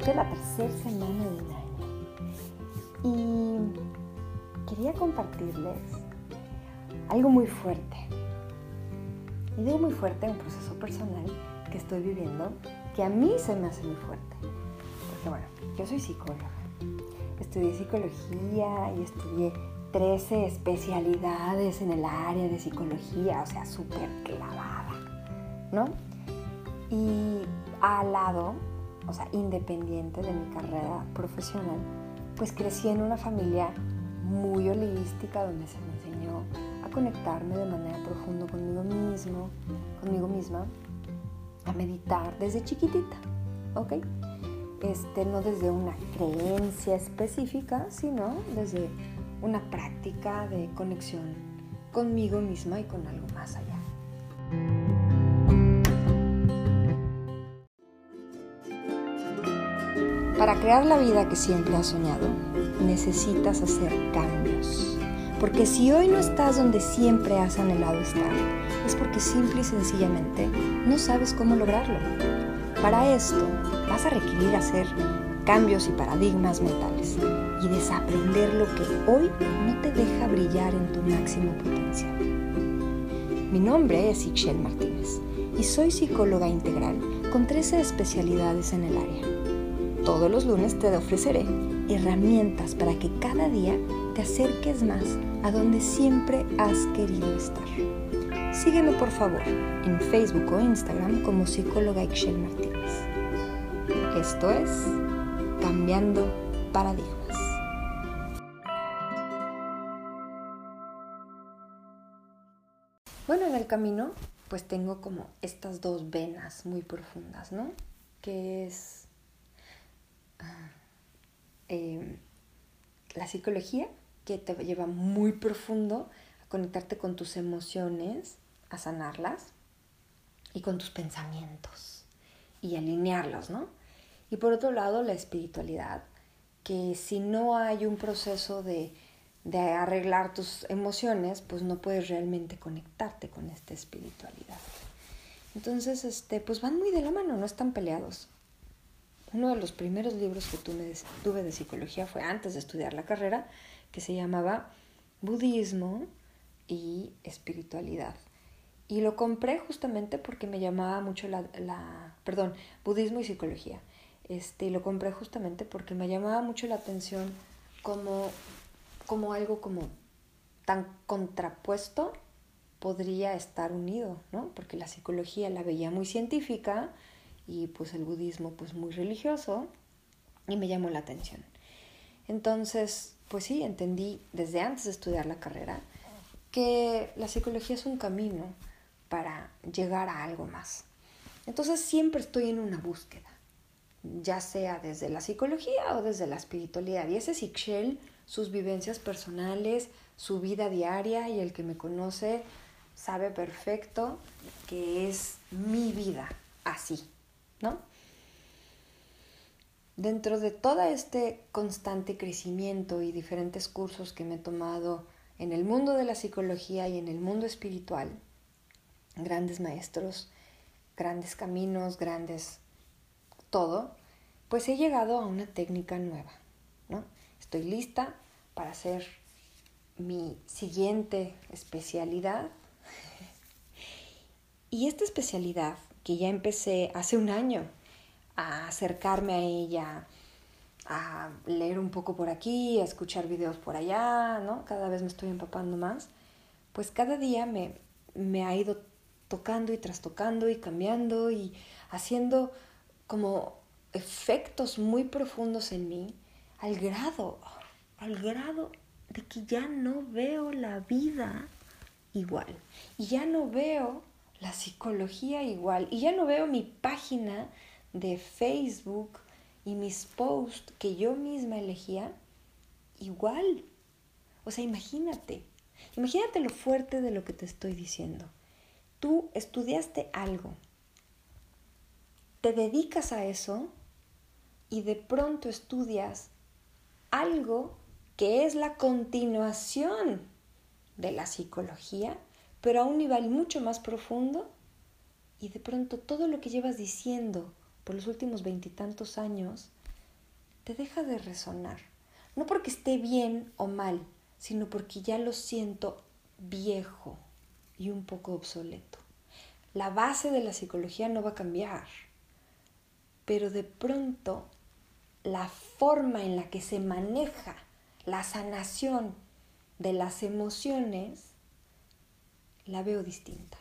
Esta es la tercera semana de un año y quería compartirles algo muy fuerte. Y digo muy fuerte en un proceso personal que estoy viviendo, que a mí se me hace muy fuerte. Porque bueno, yo soy psicóloga. Estudié psicología y estudié 13 especialidades en el área de psicología, o sea, súper clavada, ¿no? Y al lado, o sea, independiente de mi carrera profesional, pues crecí en una familia muy holística donde se me enseñó a conectarme de manera profunda conmigo misma, a meditar desde chiquitita, ¿ok? No desde una creencia específica, sino desde una práctica de conexión conmigo misma y con algo más allá. Para crear la vida que siempre has soñado, necesitas hacer cambios. Porque si hoy no estás donde siempre has anhelado estar, es porque simple y sencillamente no sabes cómo lograrlo. Para esto, vas a requerir hacer cambios y paradigmas mentales y desaprender lo que hoy no te deja brillar en tu máximo potencial. Mi nombre es Ixchel Martínez y soy psicóloga integral con 13 especialidades en el área. Todos los lunes te ofreceré herramientas para que cada día te acerques más a donde siempre has querido estar. Sígueme por favor en Facebook o Instagram como psicóloga Ixchel Martínez. Esto es Cambiando Paradigmas. Bueno, en el camino pues tengo como estas dos venas muy profundas, ¿no? Que es la psicología, que te lleva muy profundo a conectarte con tus emociones, a sanarlas, y con tus pensamientos, y alinearlos, ¿no? Y por otro lado, la espiritualidad, que si no hay un proceso de arreglar tus emociones, pues no puedes realmente conectarte con esta espiritualidad. Entonces, pues van muy de la mano, no están peleados. Uno de los primeros libros que tuve de psicología fue antes de estudiar la carrera, que se llamaba Budismo y Espiritualidad. Y lo compré justamente porque me llamaba mucho Budismo y Psicología. Y lo compré justamente porque me llamaba mucho la atención como algo como tan contrapuesto podría estar unido, ¿no? Porque la psicología la veía muy científica y pues el budismo pues muy religioso y me llamó la atención. Entonces, pues sí, entendí desde antes de estudiar la carrera que la psicología es un camino para llegar a algo más. Entonces siempre estoy en una búsqueda, ya sea desde la psicología o desde la espiritualidad. Y ese es Ixchel, sus vivencias personales, su vida diaria, y el que me conoce sabe perfecto que es mi vida así, ¿no? Dentro de todo este constante crecimiento y diferentes cursos que me he tomado en el mundo de la psicología y en el mundo espiritual, grandes maestros, grandes caminos, grandes todo, pues he llegado a una técnica nueva, ¿no? Estoy lista para hacer mi siguiente especialidad. Y esta especialidad, que ya empecé hace un año a acercarme a ella, a leer un poco por aquí, a escuchar videos por allá, ¿no? Cada vez me estoy empapando más. Pues cada día me ha ido tocando y trastocando y cambiando y haciendo como efectos muy profundos en mí, al grado de que ya no veo la vida igual. Y ya no veo la psicología igual. Y ya no veo mi página de Facebook y mis posts que yo misma elegía igual. O sea, imagínate lo fuerte de lo que te estoy diciendo. Tú estudiaste algo, te dedicas a eso y de pronto estudias algo que es la continuación de la psicología, pero a un nivel mucho más profundo, y de pronto todo lo que llevas diciendo por los últimos 20 y tantos años te deja de resonar. No porque esté bien o mal, sino porque ya lo siento viejo y un poco obsoleto. La base de la psicología no va a cambiar, pero de pronto la forma en la que se maneja la sanación de las emociones la veo distinta.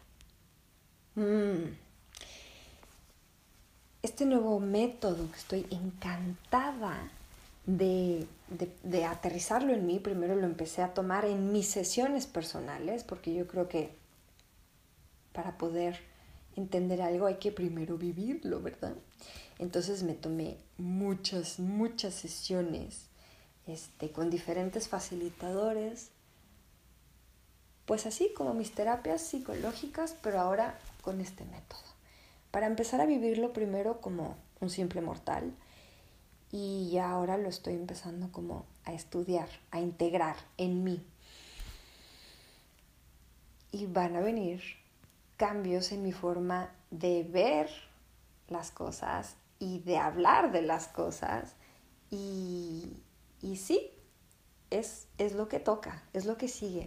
Este nuevo método que estoy encantada de aterrizarlo en mí, primero lo empecé a tomar en mis sesiones personales, porque yo creo que para poder entender algo hay que primero vivirlo, ¿verdad? Entonces me tomé muchas sesiones con diferentes facilitadores, pues así como mis terapias psicológicas, pero ahora con este método. Para empezar a vivirlo primero como un simple mortal, y ya ahora lo estoy empezando como a estudiar, a integrar en mí. Y van a venir cambios en mi forma de ver las cosas y de hablar de las cosas. Y sí, es lo que toca, es lo que sigue.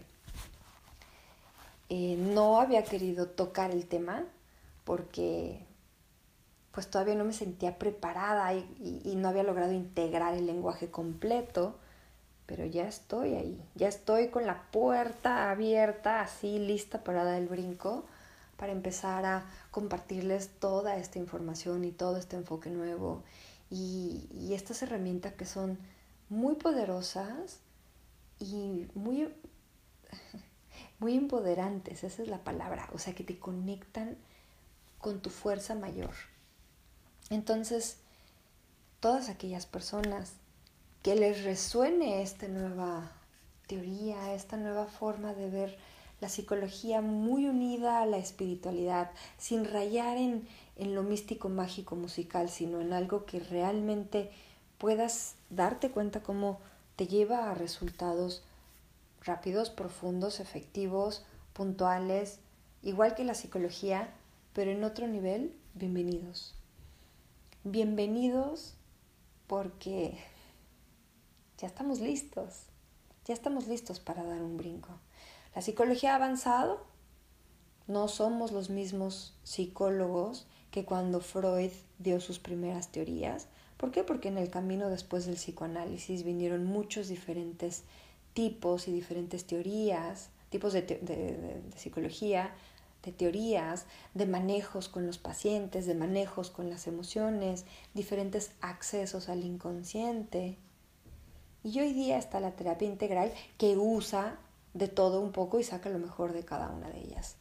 No había querido tocar el tema porque pues todavía no me sentía preparada y no había logrado integrar el lenguaje completo, pero ya estoy ahí, ya estoy con la puerta abierta, así lista para dar el brinco, para empezar a compartirles toda esta información y todo este enfoque nuevo y estas herramientas que son muy poderosas y muy empoderantes, esa es la palabra, o sea, que te conectan con tu fuerza mayor. Entonces, todas aquellas personas que les resuene esta nueva teoría, esta nueva forma de ver la psicología muy unida a la espiritualidad, sin rayar en lo místico, mágico, musical, sino en algo que realmente puedas darte cuenta cómo te lleva a resultados rápidos, profundos, efectivos, puntuales, igual que la psicología, pero en otro nivel, bienvenidos. Bienvenidos porque ya estamos listos para dar un brinco. La psicología ha avanzado, no somos los mismos psicólogos que cuando Freud dio sus primeras teorías. ¿Por qué? Porque en el camino después del psicoanálisis vinieron muchos diferentes tipos y diferentes teorías, tipos de psicología, de teorías, de manejos con los pacientes, de manejos con las emociones, diferentes accesos al inconsciente. Y hoy día está la terapia integral que usa de todo un poco y saca lo mejor de cada una de ellas.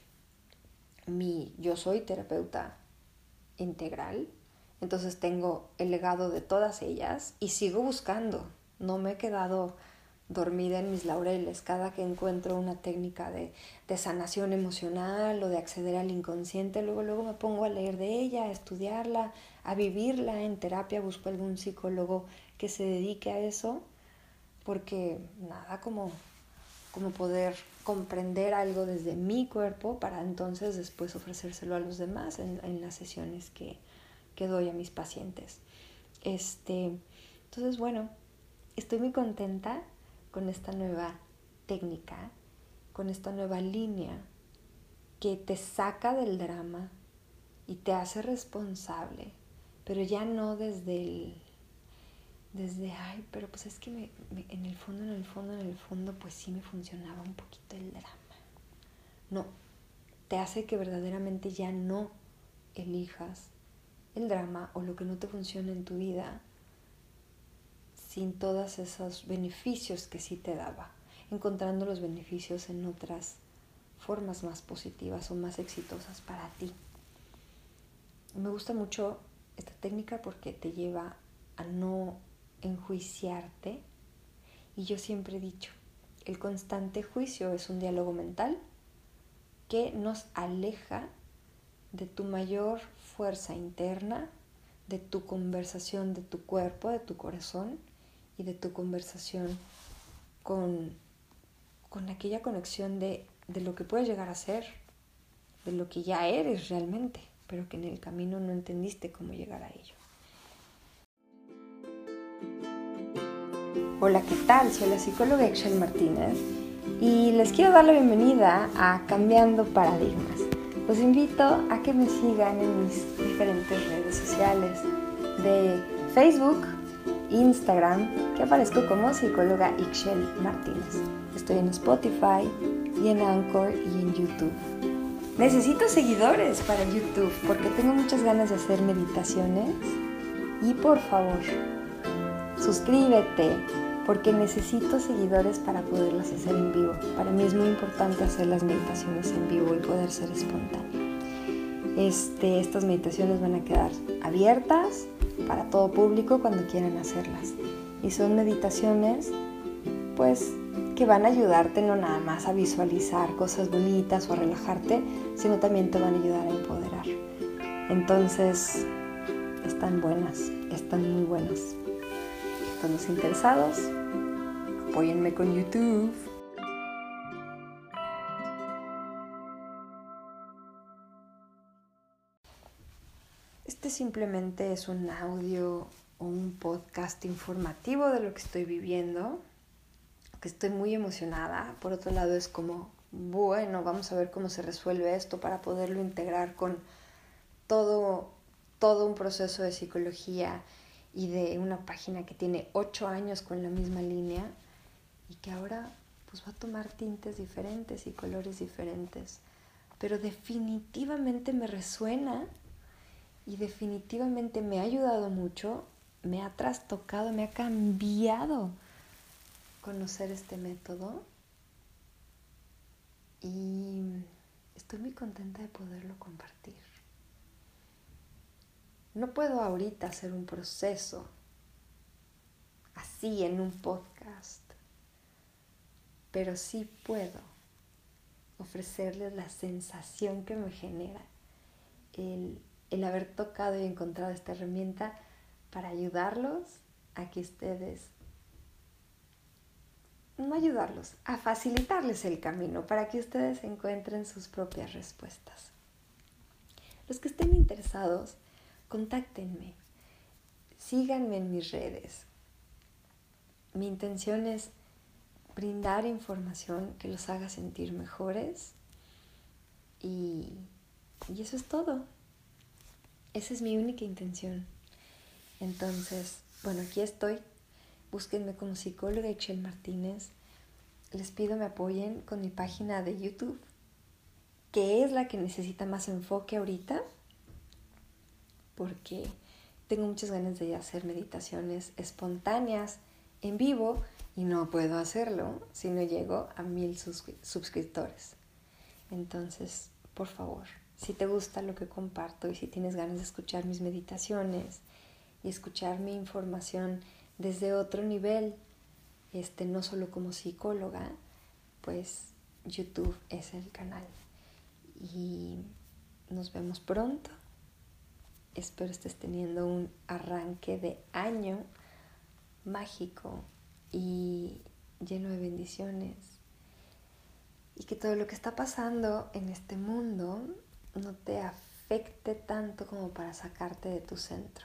Yo soy terapeuta integral, entonces tengo el legado de todas ellas y sigo buscando. No me he quedado dormida en mis laureles. Cada que encuentro una técnica de sanación emocional o de acceder al inconsciente, luego me pongo a leer de ella, a estudiarla, a vivirla en terapia. Busco algún psicólogo que se dedique a eso, porque nada como poder comprender algo desde mi cuerpo para entonces después ofrecérselo a los demás en las sesiones que doy a mis pacientes. Entonces, bueno, estoy muy contenta con esta nueva técnica, con esta nueva línea que te saca del drama y te hace responsable, pero ya no desde ay, pero pues es que en el fondo, pues sí me funcionaba un poquito el drama. No, te hace que verdaderamente ya no elijas el drama o lo que no te funciona en tu vida sin todos esos beneficios que sí te daba, encontrando los beneficios en otras formas más positivas o más exitosas para ti. Me gusta mucho esta técnica porque te lleva a no enjuiciarte, y yo siempre he dicho, el constante juicio es un diálogo mental que nos aleja de tu mayor fuerza interna, de tu conversación, de tu cuerpo, de tu corazón y de tu conversación con aquella conexión de lo que puedes llegar a ser, de lo que ya eres realmente, pero que en el camino no entendiste cómo llegar a ello. Hola, ¿qué tal? Soy la psicóloga Ixchel Martínez y les quiero dar la bienvenida a Cambiando Paradigmas. Los invito a que me sigan en mis diferentes redes sociales de Facebook, Instagram, que aparezco como psicóloga Ixchel Martínez. Estoy en Spotify y en Anchor y en YouTube. Necesito seguidores para YouTube porque tengo muchas ganas de hacer meditaciones y por favor, suscríbete porque necesito seguidores para poderlas hacer en vivo. Para mí es muy importante hacer las meditaciones en vivo y poder ser espontánea. Estas meditaciones van a quedar abiertas para todo público cuando quieran hacerlas. Y son meditaciones, pues, que van a ayudarte no nada más a visualizar cosas bonitas o a relajarte, sino también te van a ayudar a empoderar. Entonces, están buenas, están muy buenas. Están los interesados, apóyenme con YouTube. Este simplemente es un audio o un podcast informativo de lo que estoy viviendo, que estoy muy emocionada. Por otro lado es como, bueno, vamos a ver cómo se resuelve esto para poderlo integrar con todo un proceso de psicología y de una página que tiene 8 años con la misma línea y que ahora pues va a tomar tintes diferentes y colores diferentes. Pero definitivamente me resuena y definitivamente me ha ayudado mucho, me ha trastocado, me ha cambiado conocer este método y estoy muy contenta de poderlo compartir. No puedo ahorita hacer un proceso así en un podcast, pero sí puedo ofrecerles la sensación que me genera el haber tocado y encontrado esta herramienta para ayudarlos a que ustedes, no ayudarlos, a facilitarles el camino para que ustedes encuentren sus propias respuestas. Los que estén interesados, contáctenme, síganme en mis redes. Mi intención es brindar información que los haga sentir mejores y eso es todo. Esa es mi única intención. Entonces, bueno, aquí estoy. Búsquenme como psicóloga Ixchel Martínez. Les pido me apoyen con mi página de YouTube, que es la que necesita más enfoque ahorita, porque tengo muchas ganas de hacer meditaciones espontáneas en vivo y no puedo hacerlo si no llego a 1000 suscriptores. Entonces, por favor, si te gusta lo que comparto y si tienes ganas de escuchar mis meditaciones y escuchar mi información desde otro nivel, no solo como psicóloga, pues YouTube es el canal. Y nos vemos pronto. Espero estés teniendo un arranque de año mágico y lleno de bendiciones. Y que todo lo que está pasando en este mundo no te afecte tanto como para sacarte de tu centro.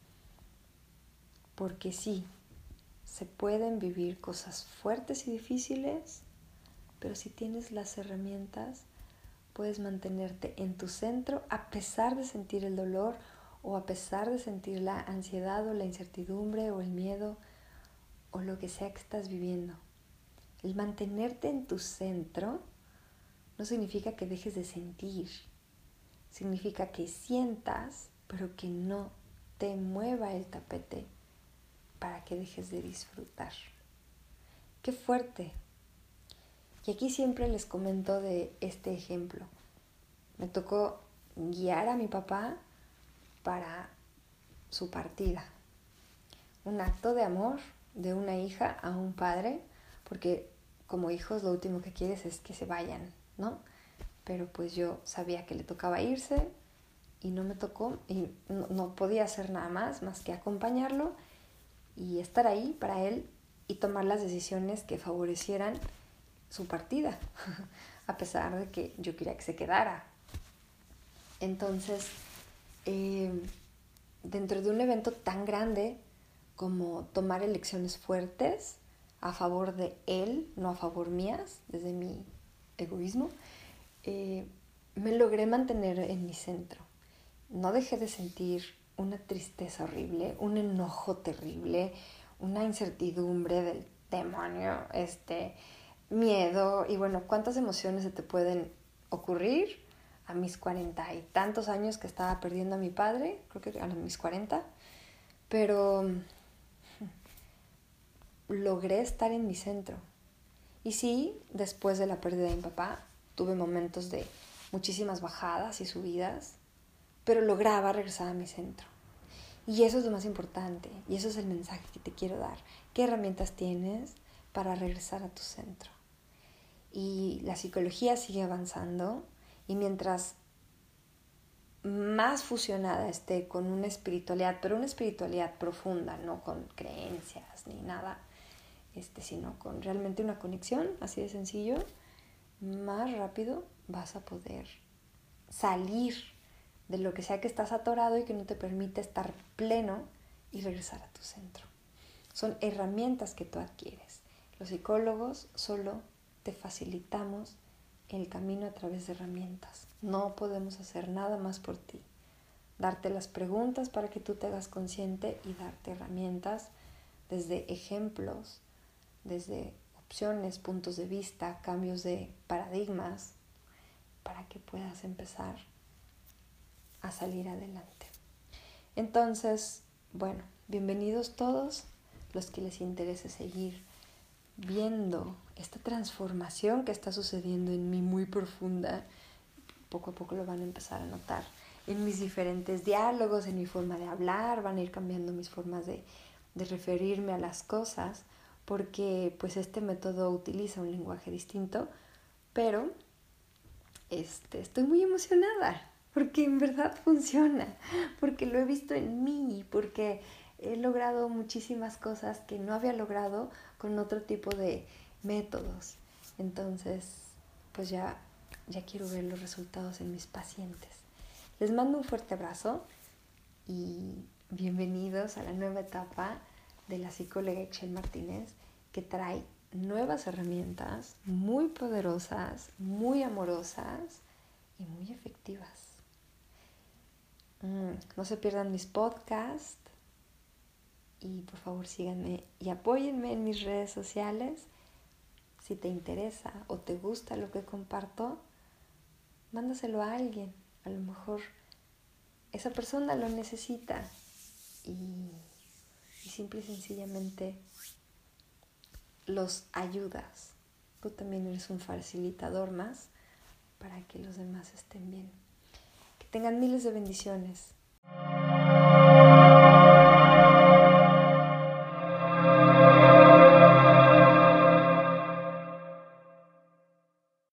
Porque sí, se pueden vivir cosas fuertes y difíciles, pero si tienes las herramientas, puedes mantenerte en tu centro a pesar de sentir el dolor o a pesar de sentir la ansiedad o la incertidumbre o el miedo o lo que sea que estás viviendo. El mantenerte en tu centro no significa que dejes de sentir, significa que sientas, pero que no te mueva el tapete para que dejes de disfrutar. ¡Qué fuerte! Y aquí siempre les comento de este ejemplo. Me tocó guiar a mi papá para su partida. Un acto de amor de una hija a un padre, porque como hijos lo último que quieres es que se vayan, ¿no? Pero pues yo sabía que le tocaba irse y no me tocó y no podía hacer nada más que acompañarlo y estar ahí para él y tomar las decisiones que favorecieran su partida, a pesar de que yo quería que se quedara. Entonces, dentro de un evento tan grande como tomar elecciones fuertes, a favor de él, no a favor mías, desde mi egoísmo, me logré mantener en mi centro. No dejé de sentir una tristeza horrible, un enojo terrible, una incertidumbre del demonio, miedo, y bueno, cuántas emociones se te pueden ocurrir a mis 40 y tantos años que estaba perdiendo a mi padre, creo que a mis 40, pero logré estar en mi centro. Y sí, después de la pérdida de mi papá, tuve momentos de muchísimas bajadas y subidas, pero lograba regresar a mi centro. Y eso es lo más importante, y eso es el mensaje que te quiero dar. ¿Qué herramientas tienes para regresar a tu centro? Y la psicología sigue avanzando, y mientras más fusionada esté con una espiritualidad, pero una espiritualidad profunda, no con creencias ni nada, sino con realmente una conexión, así de sencillo, más rápido vas a poder salir de lo que sea que estás atorado y que no te permite estar pleno y regresar a tu centro. Son herramientas que tú adquieres. Los psicólogos solo te facilitamos el camino a través de herramientas. No podemos hacer nada más por ti. Darte las preguntas para que tú te hagas consciente y darte herramientas desde ejemplos, desde opciones, puntos de vista, cambios de paradigmas, para que puedas empezar a salir adelante. Entonces, bueno, bienvenidos todos los que les interese seguir viendo esta transformación que está sucediendo en mí muy profunda. Poco a poco lo van a empezar a notar en mis diferentes diálogos, en mi forma de hablar, van a ir cambiando mis formas de referirme a las cosas, porque pues este método utiliza un lenguaje distinto, pero estoy muy emocionada porque en verdad funciona, porque lo he visto en mí, porque he logrado muchísimas cosas que no había logrado con otro tipo de métodos. Entonces, pues ya quiero ver los resultados en mis pacientes. Les mando un fuerte abrazo y bienvenidos a la nueva etapa de la psicóloga Ixchel Martínez, que trae nuevas herramientas muy poderosas, muy amorosas y muy efectivas. No se pierdan mis podcasts y por favor síganme y apóyenme en mis redes sociales. Si te interesa o te gusta lo que comparto, mándaselo a alguien. A lo mejor esa persona lo necesita y simple y sencillamente los ayudas. Tú también eres un facilitador más para que los demás estén bien. Que tengan miles de bendiciones.